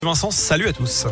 Vincent, salut à tous.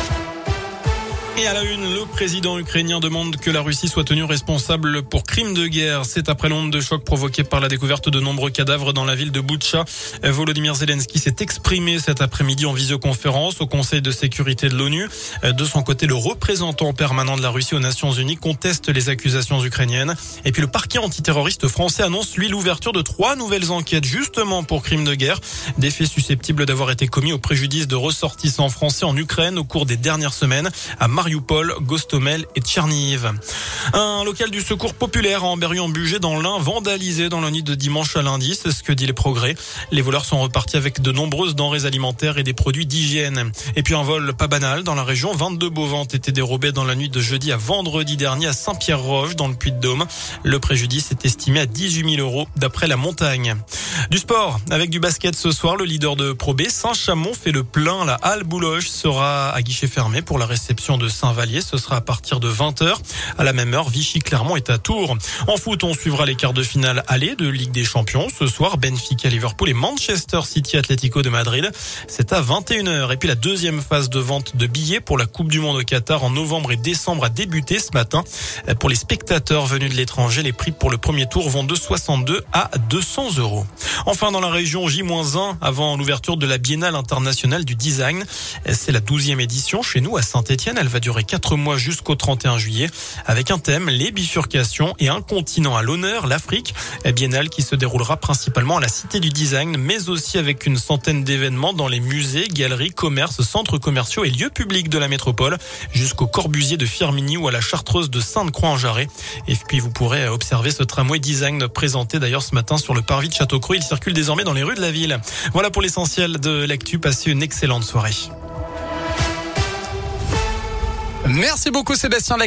Et à la une, le président ukrainien demande que la Russie soit tenue responsable pour crimes de guerre. C'est après l'onde de choc provoquée par la découverte de nombreux cadavres dans la ville de Boutcha. Volodymyr Zelensky s'est exprimé cet après-midi en visioconférence au Conseil de sécurité de l'ONU. De son côté, le représentant permanent de la Russie aux Nations Unies conteste les accusations ukrainiennes. Et puis le parquet antiterroriste français annonce, lui, l'ouverture de 3 nouvelles enquêtes justement pour crimes de guerre. Des faits susceptibles d'avoir été commis au préjudice de ressortissants français en Ukraine au cours des dernières semaines à Mariupol, Gostomel et Tchernihiv. Un local du secours populaire à Amberieu-en-Bugey dans l'Ain vandalisé dans la nuit de dimanche à lundi, c'est ce que dit Les Progrès. Les voleurs sont repartis avec de nombreuses denrées alimentaires et des produits d'hygiène. Et puis un vol pas banal dans la région, 22 bovins ont été dérobés dans la nuit de jeudi à vendredi dernier à Saint-Pierre-Roche dans le Puy-de-Dôme. Le préjudice est estimé à 18 000 € d'après la montagne. Du sport, avec du basket ce soir, le leader de Pro B, Saint-Chamond, fait le plein. La Halle Bouloche sera à guichet fermé pour la réception de Saint-Vallier. Ce sera à partir de 20h. À la même heure, Vichy-Clermont est à Tours. En foot, on suivra les quarts de finale aller de Ligue des Champions. Ce soir, Benfica, Liverpool et Manchester City Atlético de Madrid. C'est à 21h. Et puis la deuxième phase de vente de billets pour la Coupe du Monde au Qatar en novembre et décembre a débuté ce matin. Pour les spectateurs venus de l'étranger, les prix pour le premier tour vont de 62 à 200 €. Enfin, dans la région, J-1 avant l'ouverture de la Biennale internationale du design. C'est la 12e édition chez nous à Saint-Étienne. Elle va durer 4 mois jusqu'au 31 juillet avec un thème, les bifurcations et un continent à l'honneur, l'Afrique. Biennale qui se déroulera principalement à la Cité du Design, mais aussi avec une centaine d'événements dans les musées, galeries, commerces, centres commerciaux et lieux publics de la métropole, jusqu'au Corbusier de Firminy ou à la Chartreuse de Sainte-Croix-en-Jarret. Et puis vous pourrez observer ce tramway design présenté d'ailleurs ce matin sur le parvis de Châteaucroux. Il circule désormais dans les rues de la ville. Voilà pour l'essentiel de l'actu. Passez une excellente soirée. Merci beaucoup Sébastien.